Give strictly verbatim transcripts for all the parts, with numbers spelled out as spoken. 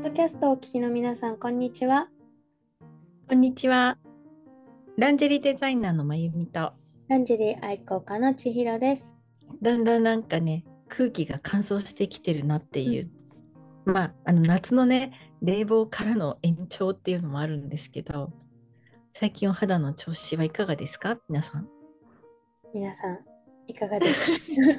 ドキャストをお聞きの皆さん、こんにちは。 こんにちは。ランジェリーデザイナーのまゆみと、 ランジェリー愛好家の千尋です。 だんだんなんかね、空気が乾燥してきてるなっていう、 うん、 まあ、あの夏のね、冷房からの延長っていうのもあるんですけど、最近お肌の調子はいかがですか皆さん。 皆さん、いかがですか？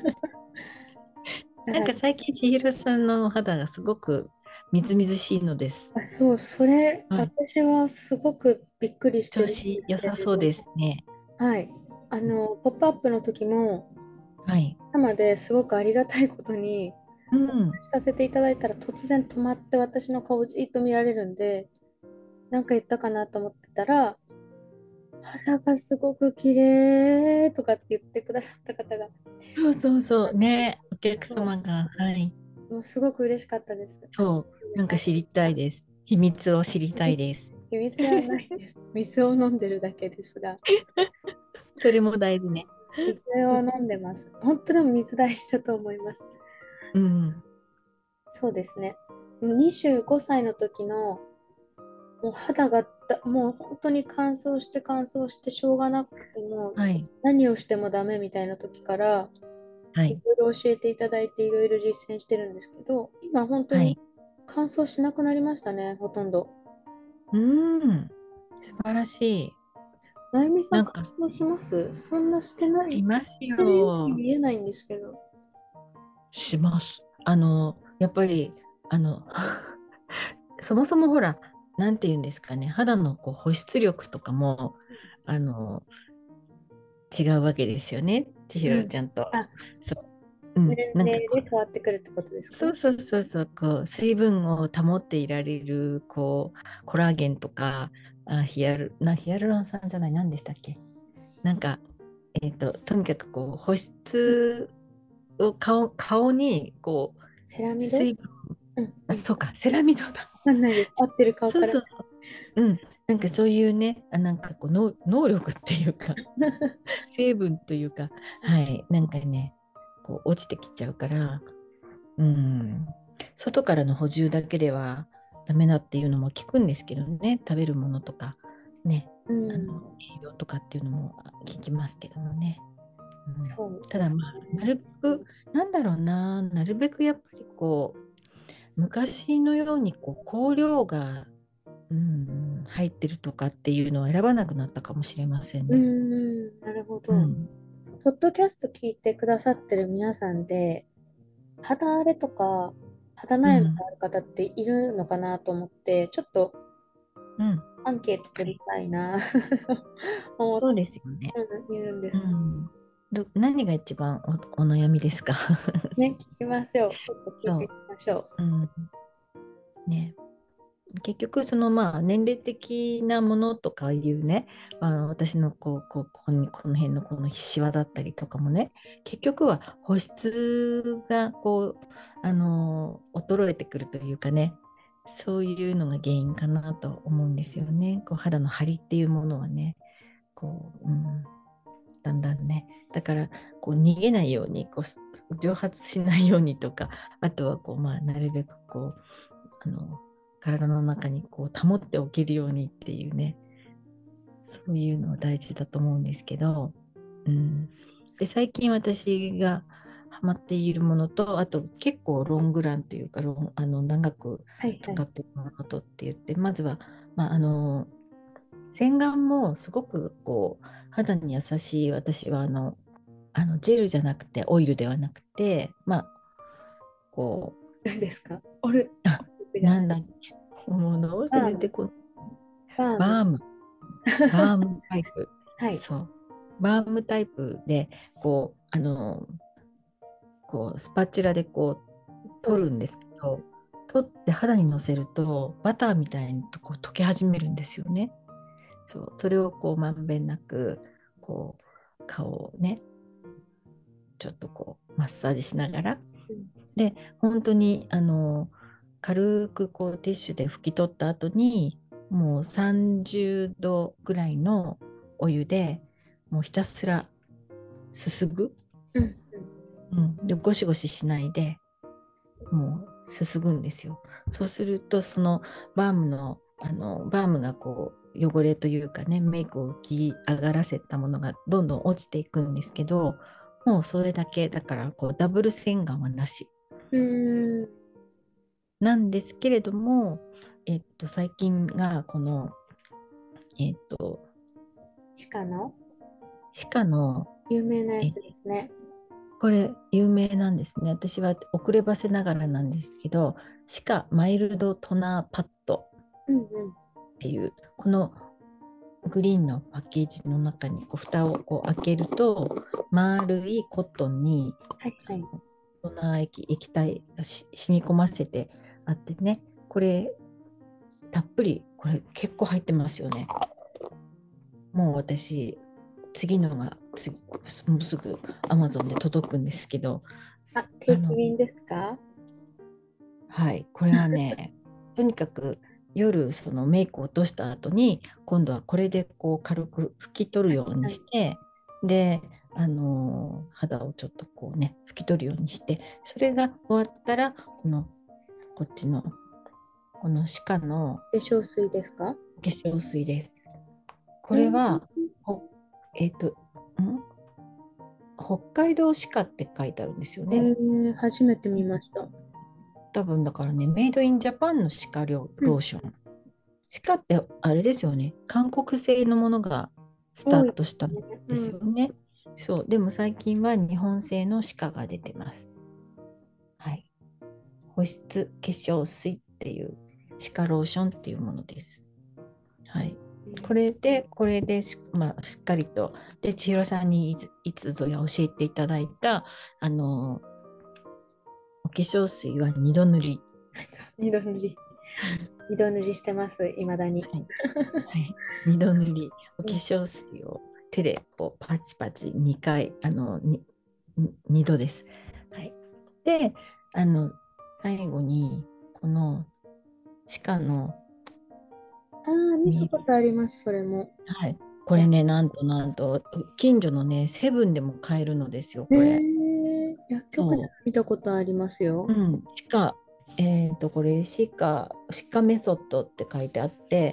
いかなんかがです最近千尋さんのお肌がすごくみずみずしいのです。 か？あ、そう、それ、 はい。 私はすごくびっくりして調るんです子良さけれど、 そうですね。 はい。あの、ポップアップの時も、 はい。 生ですごくありがたいことに、 うおん。 話しさせていただいたら突然止まって私の顔をじっと見られるんで、なんか言ったかなと思ってたら、肌がすごく綺麗とかって言ってくださった方が、 そうそうそう。ね。お客そ様が、はい。 う、もうすごく嬉しかったです。 そう。なんか知りたいです。秘密を知りたいです。 秘密はないです。水を飲んでるだけですが、 それも大事ね。 水を飲んでます。本当でも水大事だと思います。 うん。 そうですね。にじゅうごさいの時の、もう肌がだ、もう本当に乾燥して乾燥してしょうがなくても、 はい。 何をしてもダメみたいな時から、いはい。 ろいろ教えていただいて、いろいろ実践してるんですけど、今本当にはい。 乾燥しなくなりましたね、ほとんど。 うーん。素晴らしい。 まゆみさん、乾なんか、 燥します？そんなしてない、ししますてるようによ。 見えないんですけど。 します。あの、やっぱり、あの、そもそもほら、なんて言うんですかね、肌のこう保湿力とかも、あの、違うわけですよね、千うん。 尋ちゃんと。 あ、 そう。うん。 年なんかこう、 齢で変わってくるってことですか？ そうそうそうそう、こう、水分を保っていられる、こう、コラーゲンとか、あ、ヒアル、な、ヒアルロン酸じゃない、何でしたっけ？なんか、えっと、とにかくこう保うん。 湿を顔、顔にこうセラミド。 水分、 うんうん。 あ、そうか、セラミドだ。 わかんないです。合ってるかわからない。 そうそうそう。うん。なんかそういうね、あ、なんかこう能、能力っていうか、成分というか、はい、なんかね、こう落ちてきちゃうから、うん、外からの補充だけではダメだっていうのも聞くんですけどね、食べるものとか、ね、 うん。 あの栄養とかっていうのも聞きますけどもね。うん、 そうですただまあ、なね。 るべく、なんだろうな、なるべくやっぱりこう、昔のようにこう香料が、うん、入ってるとかっていうのは選ばなくなったかもしれませんうね。 ん。なるほど。 うん。 ポッドキャスト聞いてくださってる皆さんで、肌荒れとか肌うん。 悩みがある方っているのかなと思って、ちょっとうん。 アンケート取りはい。 たいなと思っそうですよね。 ているんでうすけど。 ん。ど、何が一番お、お悩みですか？ ね、聞きましょう。ちょっと聞いてそみましょう。うん。ね。結局、そのまあ年齢的なものとかいうね、あの私のこう、こう、ここに、この辺のこのシワだったりとかもね、結局は保湿がこう、あの、衰えてくるというかね、そういうのが原因かなと思うんですよね。こう肌の張りっていうものはね、こう、うん、だんだんね。だから、こう逃げないように、こう蒸発しないようにとか、あとはこう、まあ、なるべくこう、あの、体の中にこう保っておけるようにっていうね、そういうのは大事だと思うんですけど、うん。で、最近私がハマっているものと、あと結構ロングランというか、ロンあの長くう。はいはい。 使っているものとって言って、まずは、まあ、あの、洗顔もすごくこう肌に優しい私はあの、あのジェルじゃなくてオイルではなくて、まあ、こう、 何ですか？オル、 あ、 オルじゃない。 なんだっけ、もうどうしてバーム。 出てこない、 バーム。 バーム、バームタイプ。 はい。 そう。バームタイプで、こう、あの、こう、スパチュラでこう、 はい。 取るんですけど、取って肌にのせると、バターみたいにこう溶け始めるんですよね。そう。それをこう、まんべんなく、こう、顔をね、ちょっとこう、マッサージしながら、 うん。 で、本当に、あの、軽くこうティッシュで拭き取った後に、もうさんじゅうどぐらいのお湯でもうひたすらすすぐ、 うん。 うん、でゴシゴシしないでもうすすぐんですよ。 そうするとそのバームの、あのバームがこう汚れというかね、メイクを浮き上がらせたものがどんどん落ちていくんですけど、もうそれだけだからこうダブル洗顔はなしうーん。 なんですけれども、えっと、最近がこの、えっと、 鹿の歯科の、 有名なやえつですね。 これ有名なんですね。私は遅ればせながらなんですけど、歯科マイルドトナーパッドうんうん。 っていう、このグリーンのパッケージの中にこう蓋をこう開けると、丸いコットンにはいはい。 トナー液、液体がし染み込ませてあってね、これたっぷり、これ結構入ってますよね。もう私、次のが次もうすぐ アマゾン で届くんですけど、 あ、定あの、 期便ですか？ はい、これはね、とにかく夜、そのメイクを落とした後に、今度はこれでこう軽く拭き取るようにはい。 して、で、あのー肌をちょっとこうね、拭き取るようにして、それが終わったら、この、こっちの、この歯科の化粧水ですか？ 化粧水です。こえー、 れは、ほえっと、ん北海道歯科って書いてあるんですよえね。 ー初めて見ました。 多分だからね、メイドインジャパンの歯科ロうん。 ーション。歯科ってあれですよね。韓国製のものがスタ多いでートしたんすね。 でうん。 すよね。そう。でも最近は日本製の歯科が出てます。はい。保湿化粧水っていう歯科ローションっていうものです。はい。これで、これでし、まあ、しっかりと、で、千尋さんにいつ、いつぞや教えていただいた、あの、お化粧水は二度塗り。 二度塗り。二度塗りしてます、いまだに。 はい。はい。二度塗り。お化うん。 粧水を手でこうパチパチにかい、あの、に、に二度です。はい。で、あの、最後に、この歯科のああ、見たミル、 ことあります、それも。 はい。これや、 ね、なんとなんと、近所のね、セブンでも買えるのですよ、 えこれ。 ー、薬局でそ見たことありますう。 よ。 うん。歯科、えっと、これ、歯科、歯科メソッドって書いてあって、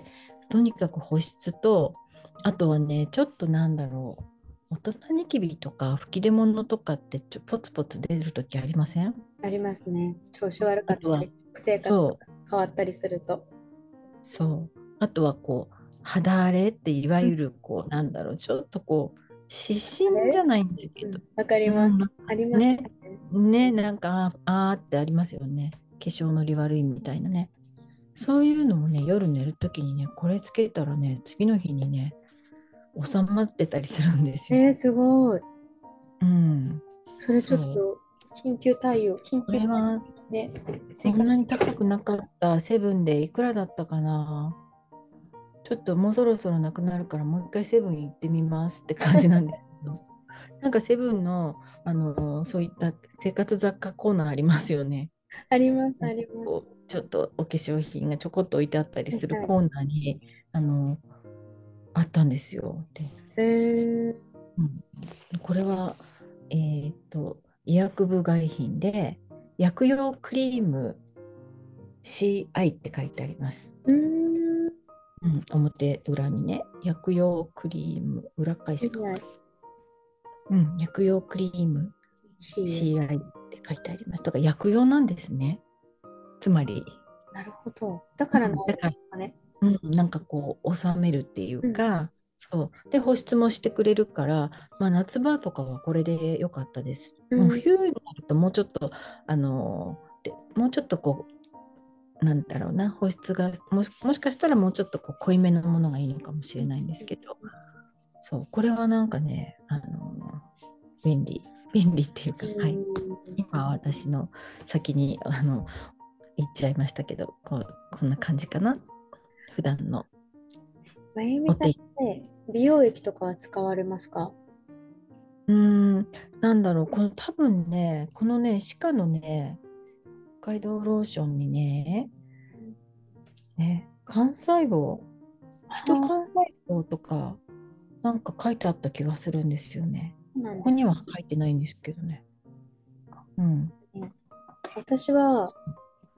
とにかく保湿と、あとはね、ちょっとなんだろう、大人ニキビとか吹き出物とかってちょポツポツ出るときありません？ ありますね。調子悪かあとは、 ったり、食生活とそう、 か変わったりすると。 そう。あとはこう、肌荒れっていわうん。 ゆるこう、なんだろう、ちょっとこう、湿あれ。 疹じゃないんだけど、 うん、わかりうん、 ます。 なんかありますね、 ね。 ね、なんか、ああーってありますよね。化粧のり悪いみたいなね。そういうのもね、夜寝るときにね、これつけたらね、次の日にね、収まってたりするんですよ。 えー、すごい。 うん。 それちょっそう。 と緊急対応、緊こ急対れは、 応で追加。 そんなに高くなかった。セブンでいくらだったかな。ちょっともうそろそろなくなるから、もう一回セブン行ってみますって感じなんですけど。なんかセブンの、あの、そういった生活雑貨コーナーありますよね。 あります、 なんかあります。 こう、ちょっとお化粧品がちょこっと置いてあったりはいはい。 するコーナーに、あの、あったんですよ。で、 えー、 うん、これは、えーっと、医薬部外品で、薬用クリーム シーアイ って書いてあります。 うーん、 うん、表裏にね、薬用クリーム、裏返しか。 はいはい。 うん、薬用クリームシーエム。 シーアイ って書いてあります。だから薬用なんですね。つまり、 なるほど。だから治うん、だから、 るんですかね。 うん、なんかこう、収めるっていううん。 か、そう。で、保湿もしてくれるから、まあ、夏場とかはこれで良かったです。もううん。 冬になるともうちょっと、あのーでもうちょっとこう、なんだろうな、保湿がもし、もしかしたらもうちょっとこう濃いめのものがいいのかもしれないんですけど、そう、これはなんかね、あのー便利、便利っていううか、はい。 ん。 今は私の先に、あの、言っちゃいましたけど、こう、こんな感じかな。普段のまゆみさんっお手。 て美容液とかは使われますか？ うーん、なんだろう、この多分ね、このね、歯科のね、北海道ローションにね、ね、幹細胞、 ああ、 人幹そ細胞とか、なんか書いてあった気がするんですよね。 うなんですここには書いてないんですけどね。うん。 ね。私は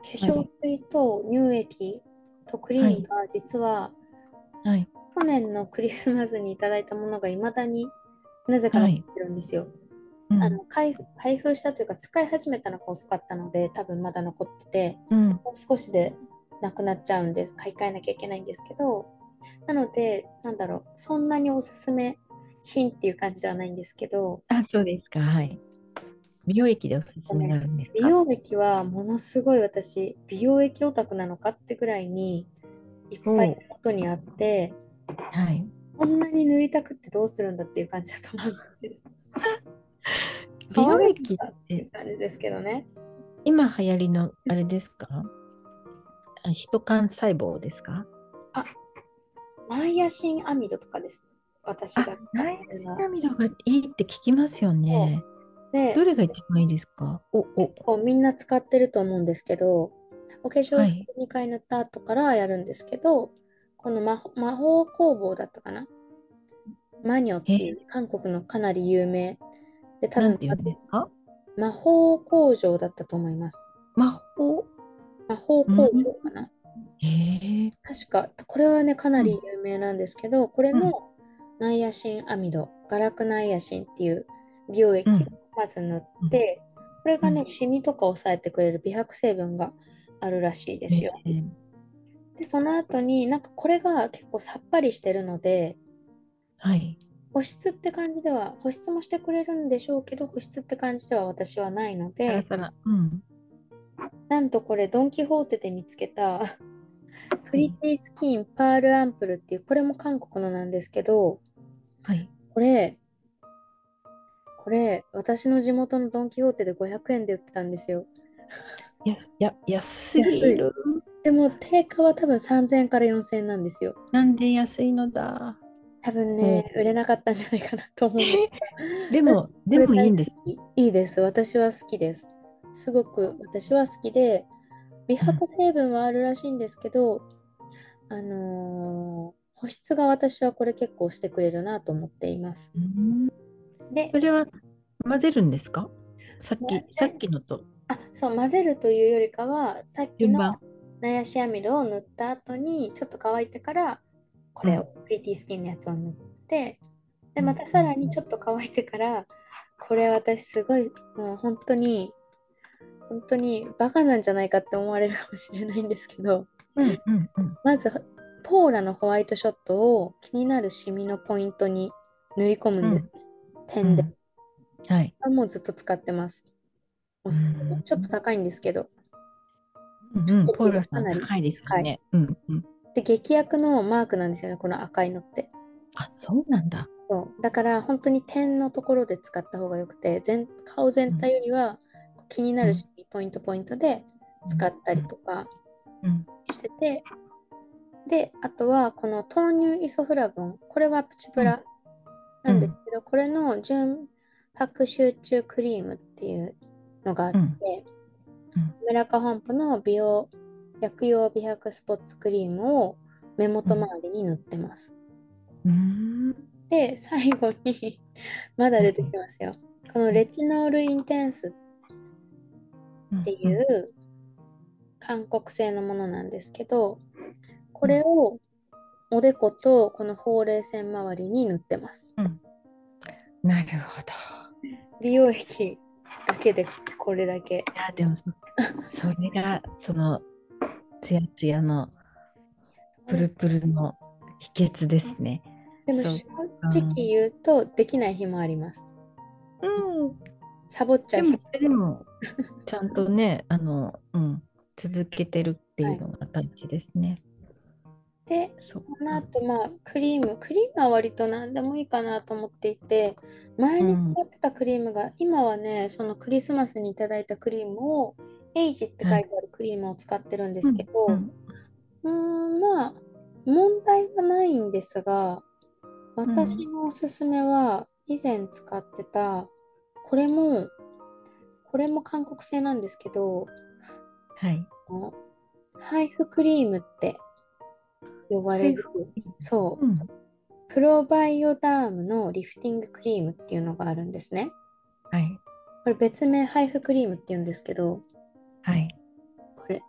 粧はい。 水と乳液とクリはい。 ームが実ははい。 去年のクリスマスにいただいたものがいまだになぜかはい。 残ってるんですよ。 うん。 あの開封、開封したというか使い始めたのが遅かったので多分まだ残ってて、 うん。 もう少しでなくなっちゃうんです。買い替えなきゃいけないんですけど、なので、なんだろう、そんなにおすすめ品っていう感じではないんですけど、 あ、そうですか。はい。美容液でおすすめがね、 あるんですか？ 美容液はものすごい私、美容液オタクなのかってぐらいにいっぱいおう。 手元にあって、 はい。 こんなに塗りたくってどうするんだっていう感じだと思うんですけど、 美買わないの容液っかっていうて感じですけどね。 今流行りのあれですか？あ、ヒト幹細胞ですか？ あ、ナイアシンアミドとかです。私あ、 が使っナイアてるのは。 シンアミドがいいって聞きますよそね。 うで、 どれが一番いいですか？お、お、 こうみんな使ってると思うんですけど、お化粧水はい。 にかい塗った後からやるんですけど、この魔法、魔法工房だったかな、マニョっていえ、 う韓国のかなり有名で、多分なんていうんですか？ 魔法工場だったと思います。 魔法。 魔法うん。 工場かな、 へえ。 確か、これはね、かなりうん。 有名なんですけど、これうん。 のナイアシンアミド、ガラクナイアシンっていう美容液をうん。 まず塗っうん。 て、これがね、 うん。 シミとか抑えてくれる美白成分があるらしいでえすよ。 ー、 で、その後になんかこれが結構さっぱりしてるので、 はい。 保湿って感じでは、保湿もしてくれるんでしょうけど、保湿って感じでは私はないので、 サラサラ。うん。 なんとこれドン・キホーテで見つけたプはい。 リティスキンパールアンプルっていう、これも韓国のなんですけど、 はい。 これ、これ、私の地元のドン・キホーテでごひゃくえんで売ってたんですよ。 やす、や、安す安い。 ぎる。 でも、定価は多分さんぜんえんからよんせんえんなんですよ。 なんで安いのだ。 多分ほう。 ね、売れなかったんじゃないかなと思うんですが。 でも、でこれ大好もいいんです。 き。いいです。私は好きです。すごく私は好きで、美うん。 白成分はあるらしいんですけど、あのー保湿が私はこれ結構してくれるなと思っています。 うん。 で、 それは混ぜるんですか？さっき、さっね、 きのとあ、そう、混ぜるというよりかは、さっきの順番。 ナヤシアミドを塗った後に、ちょっと乾いてから、こうん。 れを、プリティスキンのやつを塗って、で、 うん。 またうん。 さらにちょっと乾いてから、これ私すごい、もう本当に、本当にバカなんじゃないかって思われるかもしれないんですけど、 うん。うん。うん。 まず、ポーラのホワイトショットを気になるシミのポイントに塗り込むんです。 うん。う点で。 ん。はい。 もうずっと使ってます。おうすすめ。 ん。 ちょっと高いんですけど、 うんうん。ポー液がラさかなりん高いですよ高い。 ね。うんうん。 で、劇薬のマークなんですよね、この赤いのって。 あ、そうなんだ。 そうだから本当に点のところで使った方がよくて、全顔全うん。 体よりは気になるし、 うん。 ポイントポイントでうん。 使ったうん。 りとかうん。 してて、で、あとはこの豆乳イソフラボン、これはプチプうん。 ラなうん。 んですけど、これの純白集中クリームっていうのがあっうん。 て、 うん。 メラカ本舗の美容薬用美白スポッツクリームを目元周りに塗ってます。 うん。 で、最後にまだ出てきますよ。このレチノールインテンスっていうん。 う韓国製のものなんですけど、こうん。 れをおでことこのほうれい線周りに塗ってます。 うん。なるほど。 美容液だけでこれだけ。 いや、でもそ、それが、その、ツヤツヤのプルプルの秘訣ですね。そっでも正直か。 言うとできない日もあります。 うん。 サボっちゃう日も。 でも、それでも、ちゃんとね、あの、うん、続けてるってはい。 いうのが大事ですね。 で、 そっそのか。 後、まあ、クリーム。クリームは割と何でもいいかなと思っていて、前にうん。 使ってたクリームが、今はね、そのクリスマスにいただいたクリームを、エイジって書はい。 いてあるクリームを使ってるんですけうん。うど、 ん。 うーん、まあ、問題はないんですが、 うん。 私のおすすめは、以前使ってた、これも、これも韓国製なんですけど、 はい。 あのハイフクリームって呼ばれる、 はい。 そう、 うん。 プロバイオダームのリフティングクリームっていうのがあるんですね。 はい。 これ別名ハイフクリームって言うんですけど、 はい。 これ。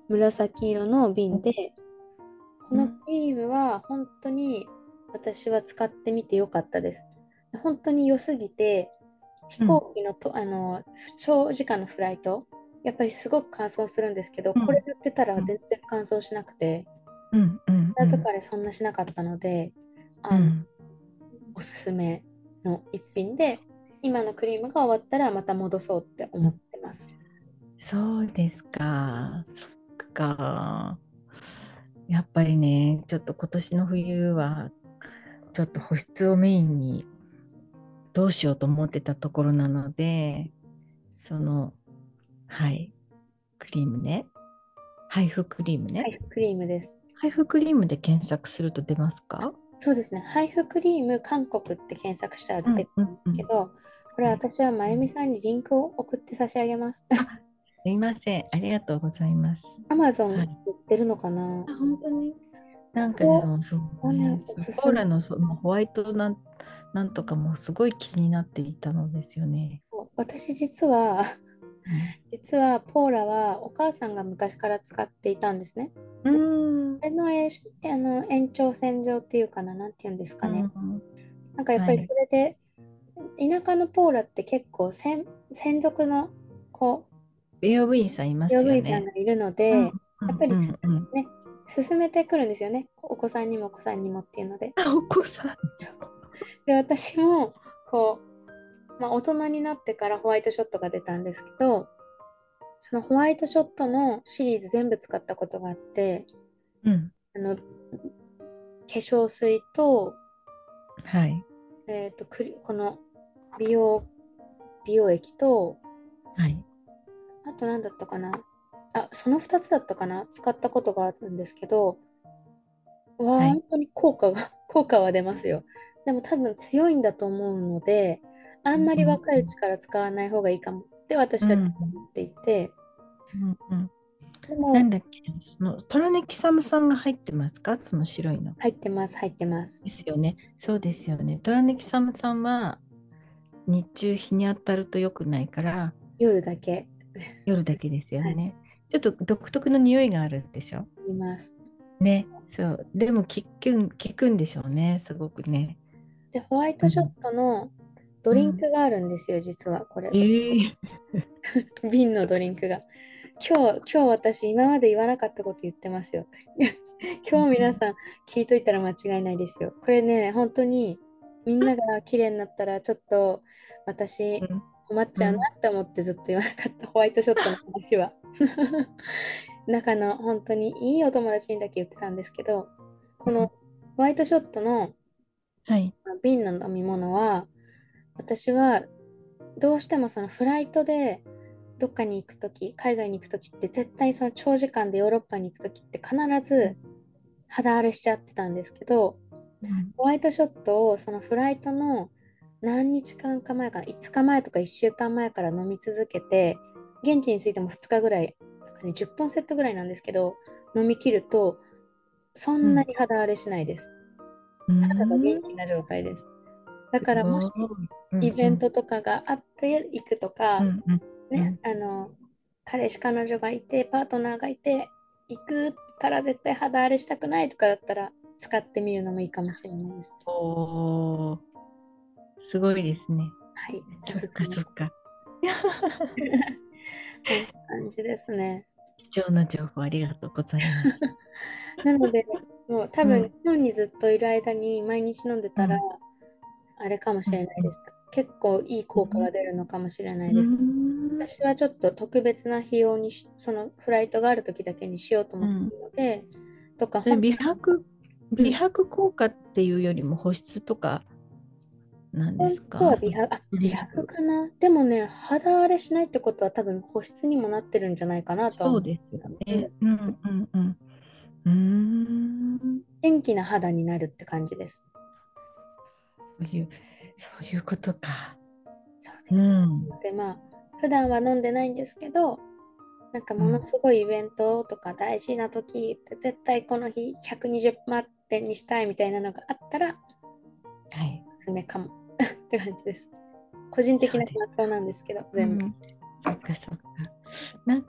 紫色の瓶で、このクうん、 リームは本当に私は使ってみてよかったです。本当に良すぎて、飛うん、 行機のと、あの、長時間のフライト、やっぱりすごく乾燥するんですけど、 うん、 これ塗ってたらうん、 全然乾燥しなくて、 うん、うん、うん、 肌疲れそんなしなかったので、あの、 うん。 おすすめの一品で、今のクリームが終わったらまた戻そうって思ってます。 そうですか。そっか。やっぱりね、ちょっと今年の冬は、ちょっと保湿をメインにどうしようと思ってたところなので、その、はい、クリームね。配布クリームね。 はい、クリームです。 配布クリームで検索すると出ますか？ そうですね。ハイフクリーム韓国って検索したらうん、 出てくるんでうん、うん。 すけど、これはい。 私はまゆみさんにリンクを送って差し上げます。 あ、すみません。ありがとうございます。 アマゾンはい。 売ってるのかな。 あ、本当に。なんかでこも、そこね、 うね、そうおすすめ。 ポーラのそのホワイトなん、なんとかもすごい気になっていたのですよね。 私実は、 うん。 実はポーラはお母さんが昔から使っていたんですね。 うーん。 それの、えあの延長線上っていうかな、なんていうんですかね。 うん。 なんかやっぱりはい。 それで、田舎のポーラって結構専、専属のこ美容部員さんいまう、用すよね。 務員さんがいるのうん、 で、 うん、 やっぱりすうん、うん。 ね、進めてくるんですよね。お子さんにもお子さんにもっていうので。 あ、お子さん。 そうで、私も、こう、まあ、大人になってからホワイトショットが出たんですけど、そのホワイトショットのシリーズ全部使ったことがあって、 うん。 あの、化粧水と、 はい。 えっと、クリこの美容、美容液と、 はい。 あと何だったかな。あ、そのふたつだったかな。使ったことがあるんですけど、わあ、 はい。 本当に効果が、効果は出ますよ。でも多分強いんだと思うので、あんまりうん、 若いうちから使わない方がいいかもって私はちょっうん、 と思っていて、 うん、うん。 でもなんだっけ、その、トラネキサムさんが入ってますか？その白いの。 入ってます、入ってます。 ですよね。そうですよね。トラネキサムさんは日中日に当たると良くないから、 夜だけ。 夜だけですよはい、 ね。ちょっと独特の匂いがあるでしょ？ います。 ね。そう。でも効くん、効くんでしょうね。すごくね。 で、ホワイトショッうん。 トのドリンうん。 クがあるんですよ、実はこれ。 ええ。 瓶のドリンクが。今日、今日私、今まで言わなかったこと言ってますよ。今日皆さん聞いといたら間違いないですよ。これね、本当にみんなが綺麗になったら、ちょっと私、 うん。 困っちゃうなうん。 って思ってずっと言わなかったホワイトショットの話は。仲の本当にいいお友達にだけ言ってたんですけど、このうん。 ホワイトショットのはい。 瓶の飲み物は、私はどうしてもそのフライトでどっかに行くとき、海外に行くときって絶対その長時間でヨーロッパに行くときって必ず肌荒れしちゃってたんですけど、 うん。 ホワイトショットをそのフライトの何日間か前かな、いつかまえとかいっしゅうかんまえから飲み続けて、現地に着いてもふつかぐらい、なんかね、じゅっぽんセットぐらいなんですけど、飲み切るとそんなうん。 に肌荒れしないです。 う肌が元ん。 気な状態です。だすからもしごい。うん。 イベンうん。 トとかがあって行くとか、 うん。うん。うね、 ん。 あの、彼氏、彼女がいて、パートナーがいて、行くから絶対肌荒れしたくないとかだったら、使ってみるのもいいかもしれないです。 おー、すごいですね。 はい、おそっすすめ。 かそっか。 こんな感じですね。 貴重な情報ありがとうございます。 なので、もう多分日うん。 本にずっといる間に毎日飲んでたら、 うん。 あれかもしうん。 れないです。結構いいうん。 効果が出るのかもしれないうです。 ん。 私はちょっと特別な費用にし、そのフライトがある時だけにしようと思ってうん。 いるので、とか、 それ本美白、 当、うん、 美白効果っていうよりも保湿とかなんで本すか？ 当は美白、あ、美クリーム。 白かな。でもね、肌荒れしないってことは多分保湿にもなってるんじゃないかなとは思う。 そうですようん、 ね。うんうんうん。うーん。 元気な肌になるって感じです。 そういう、そういうことか。 そうでうす。 ん。 で、まあ、普段は飲んでないんですけど、なんかものうん。 すごいイベントとか大事な時って絶対この日ひゃくにじゅうまってんにしたいみたいなのがあったら、 はい。 おすすめかもって感じです。個人的なそうです。 感想なんですけど、全部。 うん。そっかそっか。なんか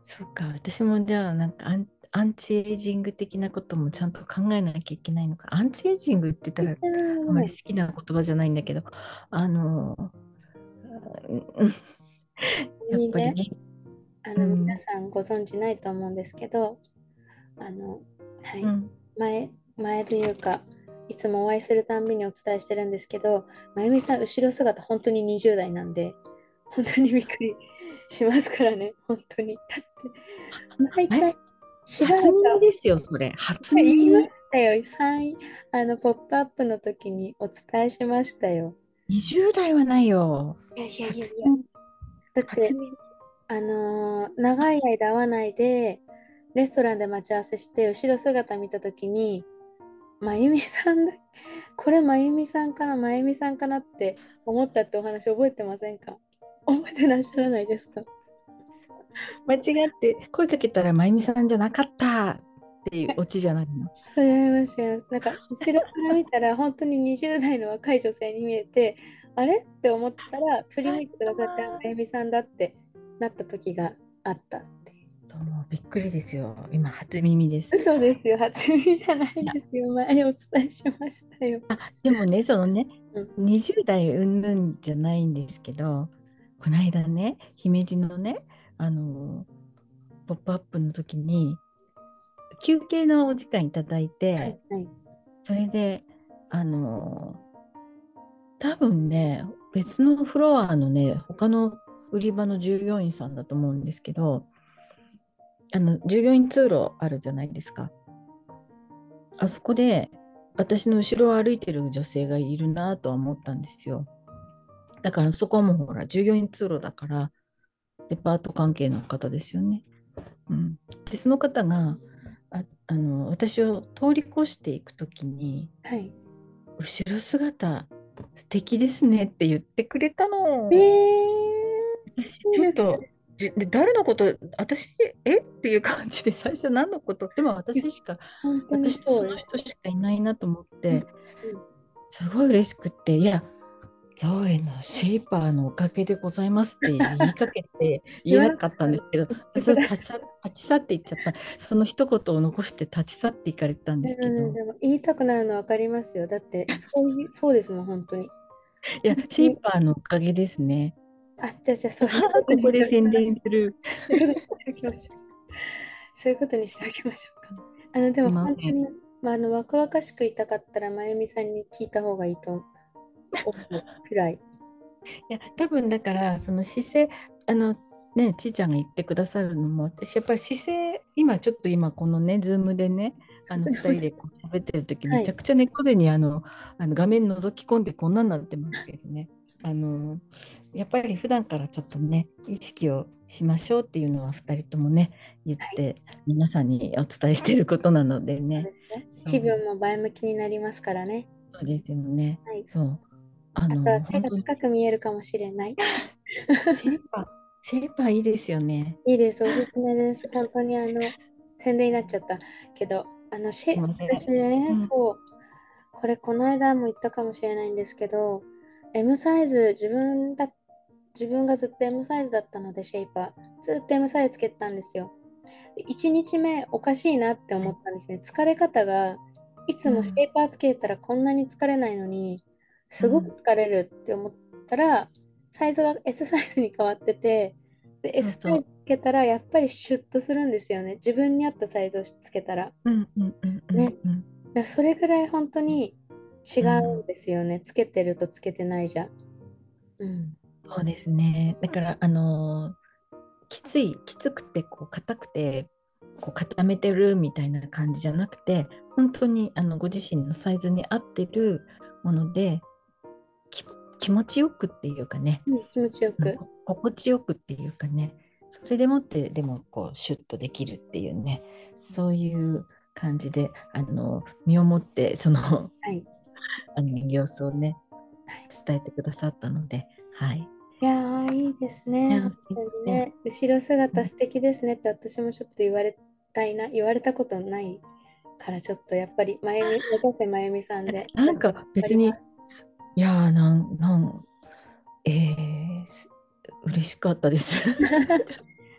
そうか、私もじゃあなんかアン、アンチエイジング的なこともちゃんと考えなきゃいけないのか。アンチエイジングって言ったらあまり好きな言葉じゃないんだけど、あの、うん、やっにね、 ぱりね、 あの、皆うん、 さんご存知ないと思うんですけど、あの、はい、 うん、 前、前というか、いつもお会いするたんびにお伝えしてるんですけど、まゆみさん、後ろ姿、本当ににじゅう代なんで、本当にびっくりしますからね、本当に。だって、毎え、 回、しばら初く耳ですよ、それ。初言いま耳。 したよ、さんあの、ポップアップの時にお伝えしましたよ。 にじゅう代はないよ。 いやいやいやいや、 初耳。 だって、 初耳。 あのー長い間会わないで、レストランで待ち合わせして、後ろ姿見たときに、まゆみさんだ、これまゆみさんかな、まゆみさんかなって思ったってお話覚えてませんか？覚えてらっしゃらないですか？ 間違って声かけたら、まゆみさんじゃなかったっていうオチじゃないの。 それありましたよ。なんか、後ろから見たら、本当ににじゅう代の若い女性に見えて、あれって思ったら、振りあっ向いてくださって、あまゆみさんだってなった時があったっていう。 た。もうびっくりですよ。今、初耳です。 嘘ですよ。初耳じゃないいや、 ですよ。前にお伝えしましたよ。 あ、でもね、そのね、 うん。 にじゅう代うんぬんじゃないんですけど、この間ね、姫路のね、あの、ポップアップの時に、休憩のお時間いただいて、 はい、はい。 それで、あの、多分ね、別のフロアのね、他の売り場の従業員さんだと思うんですけど、あの、従業員通路あるじゃないですか。あそこで、私の後ろを歩いてる女性がいるなとは思ったんですよ。だからそこはもうほら、従業員通路だから、デパート関係の方ですよね。うん、で、その方が、あ、あの、私を通り越していくときに、 はい。 後ろ姿、素敵ですねって言ってくれたえー、 の。私いいですね。 ちょっと、じで誰のこと、私、えっていう感じで、最初何のこと、でもいや、 私しか、 本当に私とそのそうです。 人しかいないなと思っうん、 て、 うん。 すごい嬉しくって、いや、ゾーエのシェイパーのおかげでございますって言いかけて言言わなかえなかったったの。 んですけど、 言ってそくだされ立ち去、立ち去っていっちゃった。その一言を残して立ち去っていかれたんい。 でうんうんうん、 すけど、 でも言いたくなるの分かりますよ。だって、そういう、そうですもん、本当に。 いや、 本当に。 シェイパーのおかげですね。 あ、じゃあ、じゃあ、そういうことこにしておきこで宣ましょう。 伝する。 そういうことにしておきましょう。そういうことにしておきましょうか。あの、でもすいません。 本当に、まあ、あの、若々しくいたかったら、まゆみさんに聞いた方がいいと思うくらい。 いや、多分だから、その姿勢、あの、ね、ちいちゃんが言ってくださるのも、私、やっぱり姿勢、今ちょっと今、このね、ズームでね、あの、ふたりでこう喋ってる時めはい。 ちゃくちゃ猫背にあの、あの画面覗き込んでこんなになってますけどね。あの、やっぱり普段からちょっとね、意識をしましょうっていうのはふたりともね、言っはい。 て、皆さんにお伝えしていることなのでね。 そうですね。 そう、 気分も前向きになりますからね。 そうですよね。 はい。 そう。ああとはの、 背が本当に、 高く見えるかもしれない。 シェイパー、シェイパーいいですよね。 いいです。おすすめです。本当にあの、宣伝になっちゃったけど、あの、シェ、 すいません。 私ね、 うん。 そう、これこの間も言ったかもしれないんですけど、M サイズ、自分だ、自分がずっと M サイズだったので、シェイパー。ずっと M サイズつけてたんですよ。でいちにちめおかしいなって思ったんですね。疲れ方が、いつもシェうん。 イパーつけたらこんなに疲れないのに、すごくうん。 疲れるって思ったら、サイズが S サイズに変わってて、で、 そう S サそう。 イズつけたらやっぱりシュッとするんですよね。自分に合ったサイズをつけたら。 うんうんうんうね。 んうん。 だからそれぐらい本当に違うんうん。 ですよね。つけてるとつけてないじゃ。うん。 そうですね。だから、あのーきつい、きつくて、こう、硬くて、こう、固めてるみたいな感じじゃなくて、本当に、あの、ご自身のサイズに合ってるもので、き気持ちよくっていうかね、 うん、気持ちよく。 うんこ心地よくっていうかね、それでもって、でも、こう、シュッとできるっていうね、そういう感じで、あの、身をもって、その、 はい。 あの様子をね、伝えてくださったので、はい。 いやー、いいですね。 いや、 本すいません。 当にね。後ろ姿素敵ですねって私もちょっと言われたいな。言われたことないからちょっとやっぱり、まゆみ、目指せまゆみさんで。 なんかありま別に、いやー、なん、なん、えー、す嬉しかったです。 す。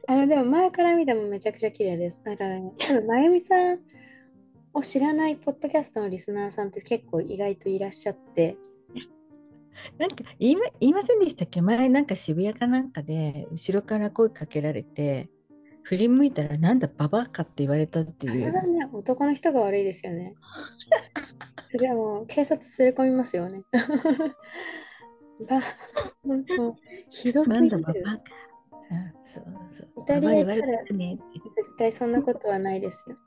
あの、でも前から見てもめちゃくちゃ綺麗です。だからね、多分、まゆみさんを知らないポッドキャストのリスナーさんって結構意外といらっしゃって、 なんか言いま、言いませんでしたっけ、前なんか渋谷かなんかで後ろから声かけられて、振り向いたらなんだババアかって言われたっていう。 それはね、男の人が悪いですよね。それはもう警察連れ込みますよね。ば、本当、ひどすなんだぎる。 ババアか。あ、そうそう。 イタリアババアで悪か行ったらったねって。 絶対そんなことはないですよ。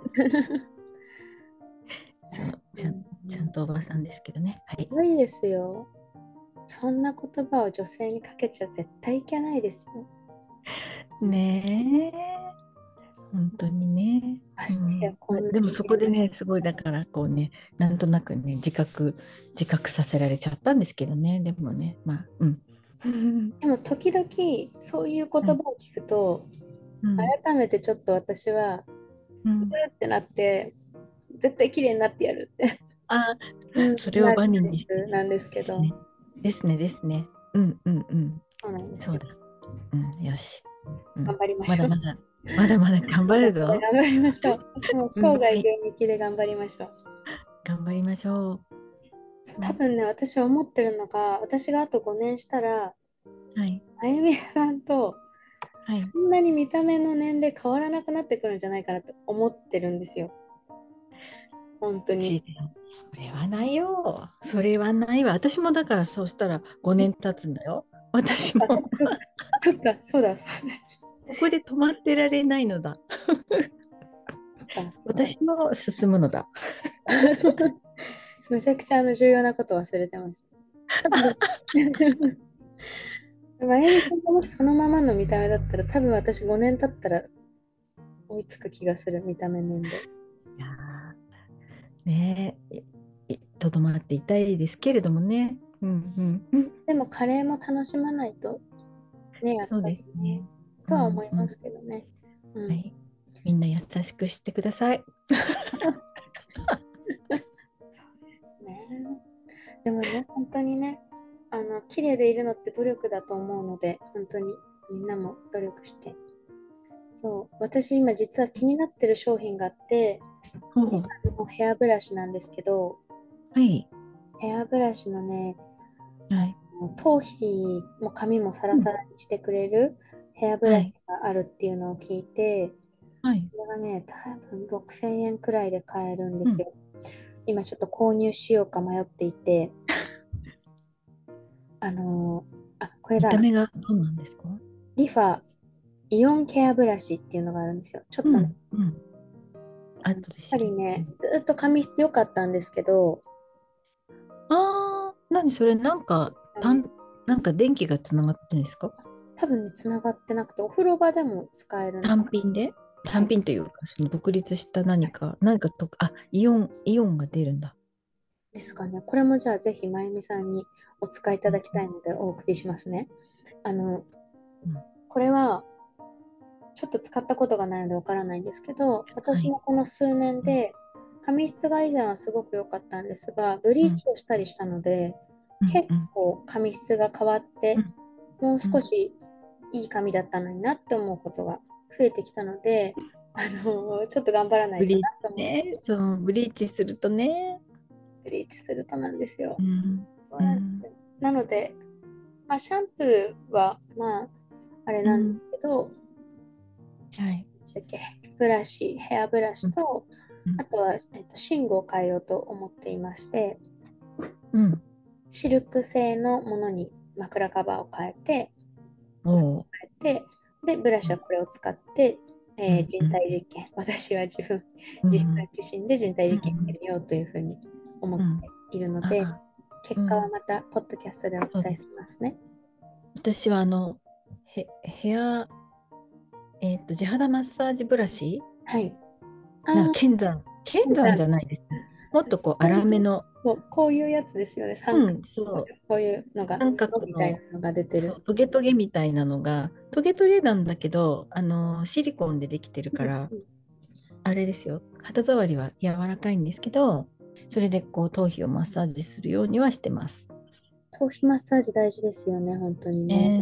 そう、 うちゃん、ちゃんん、 とおばさんですけどね。はい。 すごいですよ。そんな言葉を女性にかけちゃ絶対いけないですよ。 ねえ。本当にね。 ましてや、 うん、 こんなでも綺麗な。 そこでね、すごいだからこうね、なんとなくね、自覚、自覚させられちゃったんですけどね、でもね、まあ、うん。 でも時々そういう言はい。 葉を聞くと、 うん。 改めてちょっと私は、 うん。 うーってなって、絶対綺麗になってやるってあ、 うん、 それをなるバネにして。 タイプなんですけど、 ですね。ですね、ですね。うんうんうん。 そうなんですよ。 そうだ。うん、よし。う頑ん。 張りましょう。 まだまだ、まだまだ頑張まだるぞ。 まだ頑張りましょう。私もうん、 生涯現はい。 役で頑張りましょう。 頑張りましょそう、 う。ね。 多分ね、私は思ってるのが、私があとごねんしたら、 はい。 あゆみさんとはい。 そんなに見た目の年齢変わらなくなってくるんじゃないかなと思ってるんですよ。本当に。 ちそれはないよ。それはないわ。私もだからそうしたらごねん経つんだよ。私あ、 も。 そっか、そっか、そうだ、それ。 ここで止まってられないのだ。 そっか、そっか。 私も進むのだ。 めちゃくちゃあの重要なこと忘れてました。多分、まゆみさんがもしそのままの見た目だったら、多分私ごねん経ったら追いつく気がする、見た目年齢。 いやーねえ、いいとどまっていたいですけれどもね。うんうんうん。 でもカレーも楽しまないとね、やっそうぱですね。 りね、 うとは思んうん。 いますけどね。うん。 はい。みんな優しくしてください。 そうですね。でもね、本当にね、あの、綺麗でいるのって努力だと思うので、本当にみんなも努力して。そう、私今実は気になってる商品があって、 ほうほう。 あのヘアブラシなんですけど、 はい。 ヘアブラシのね、あはい。 の頭皮も髪もサラうん。 サラにしてくれるヘアブラシはい。 があるっていうのを聞いて、 はい。 それがね、多分ろくせんえんくらいで買えるんでうん。 すよ。今ちょっと購入しようか迷っていて、あのーあ、これ見ただ、 目がどうなんですか？ リファイオンケアブラシっていうのがあるんですよ。ちょっとね、 うん。うん。 あのやっ後で調ぱりね、 べてみる。 ずっと髪質良かったんですけど、 ああ、何それ、なんか、 あのね、 単なんか電気がつながってるんですか？ 多分ね、つながってなくて、お風呂場でも使えるんですよ。 単品で単はい。 品というか、その独立した何か、何かと、あ、イオン、イオンが出るんだ。 ですかね。これもじゃあぜひ、まゆみさんにお使いいただきたいのでお送りしますね。あの、 うん。 これは、ちょっと使ったことがないのでわからないんですけど、 はい。 私もこの数年うん。 で、髪質が以前はすごく良かったんですが、ブリーうん。 チをしたりしたので、 うん。 結うん。 構髪質が変わって、 うん。 もううん。 少しいい髪だったのになって思うことが増えてきたので、あの、ちょっと頑張らないとなブリーチと思って、 ね。そう、ブリーチするとね。 ブリーチするとなんですよ。 うん。 そうなんですうん。 よ。なので、まあ、シャンプーは、まあ、あれなんでうん。 すけど、 はい。 何でしたっけ、ブラシ、ヘアブラうん。 シと、 うん。 あとは、えっと、寝具を変えようと思っていまして、 うん。 シルク製のものに枕カバーを変えて、 おお布お。 団を変えて、で、ブラシはこれを使って、 うん。 えー人うん。 体実験、私は自分、自分うん。 自身で人体うん。 実験してみようというふうに思っうん。 ているので、 あ、 結果はうん。 また、ポッドキャストでお伝えしそうです。 ますね。 私はあの、へ、ヘア、えっと、地肌マッサージブラシ、 はい。 なんかあ剣山、剣あ、 山じゃないですね。もっとこうこういう、 粗めの、 そう、こういうやつですよね。三角、 うん、そう、 こういうのが、 三角角の、 みたいなのが出てる。 そう、トゲトゲみたいなのが、トゲトゲなんだけど、あの、シリコンでできてるうん、 から、 うん。 あれですよ、肌触りは柔らかいんですけど、それでこう頭皮をマッサージするようにはしてます。 頭皮マッサージ大事ですよね、本当にね。 ね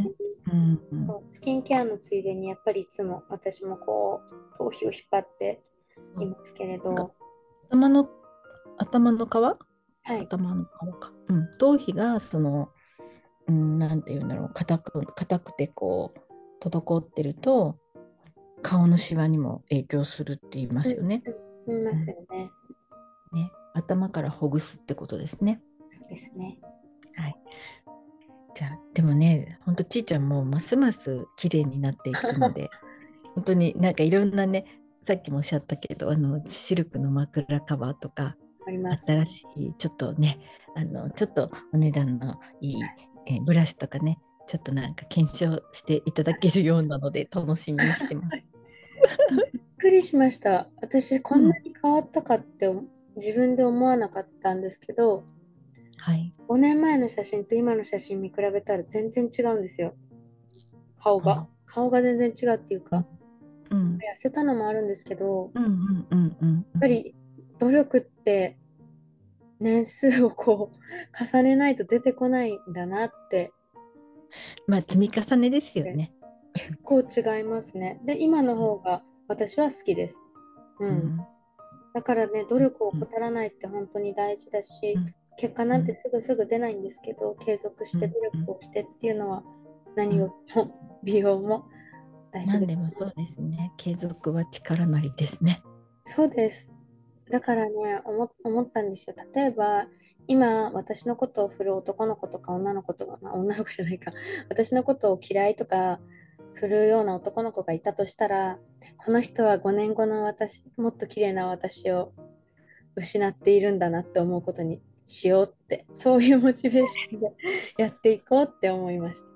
うんうん。 スキンケアのついでにやっぱりいつも私もこう頭皮を引っ張っていますけれなんかど、 頭の、頭の皮はい。 頭の皮か。うん。頭皮が、その、うん、なんていうんだろう、硬く、硬くて、こう、滞ってると、顔のシワにも影響するって言いまうん、 すよね。 うん、いますうん。 よね。 ね。頭からほぐすってことですね。 そうですね。 はい。じゃあ、でもね、ほんとちいちゃんもますます綺麗になっていくので、本当になんかいろんなね、さっきもおっしゃったけど、あの、シルクの枕カバーとか、 あります。 新しい、ちょっとね、あの、ちょっとお値段のいい、えーブラシとかね、ちょっとなんか検証していただけるようなので、楽しみにしてます。 びっくりしました。私、こうん。 んなに変わったかって自分で思わなかったんですけど、 はい。 ごねんまえの写真と今の写真見比べたら全然違うんですよ。顔が。 あ、 顔が全然違うっていうか、 うん。うん。 痩せたのもあるんですけど、 うんうんうんうんうん。 やっぱり努力って年数をこう重ねないと出てこないんだなってまあ、積み重ねですよね。 結構違いますね。で、今の方が私は好きです。うん。 うん。 だからね、努力をうん怠らないって本当に大事だし、 うん結果なんてうんすぐすぐ出ないんですけど、継続して努うんうん力をしてっていうのは何をうん。 も美容も大事何です。 でもそうですね。継続は力なりですね。 そうです。だからね、思、思ったんですよ。例えば、今、私のことを振る男の子とか女の子とか、まあ、女の子じゃないか、私のことを嫌いとか振るような男の子がいたとしたら、この人はごねんごの私、もっと綺麗な私を失っているんだなって思うことにしようって、そういうモチベーションでやっていこうって思いました。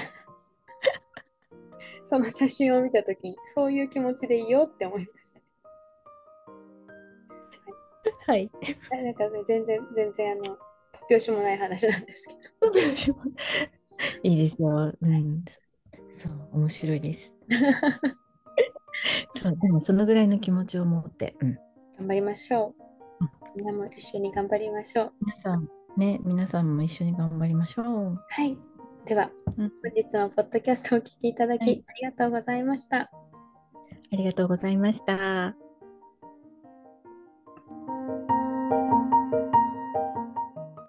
その写真を見たときに、そういう気持ちでいようって思いました。 はい。 はい、なんかね、全然、全然、あの、突拍子もない話なんですけど。 いいですよ。うん。そう、面白いです。そう、でもそのぐらいの気持ちを持って、うん。 頑張りましょうん、 う。みんなも一緒に頑張りましょう。 皆さん、ね、皆さんも一緒に頑張りましょう。 はい。では、 うん、 本日もポッドキャストをお聞きいただはい。 きありがとうございました。 ありがとうございました。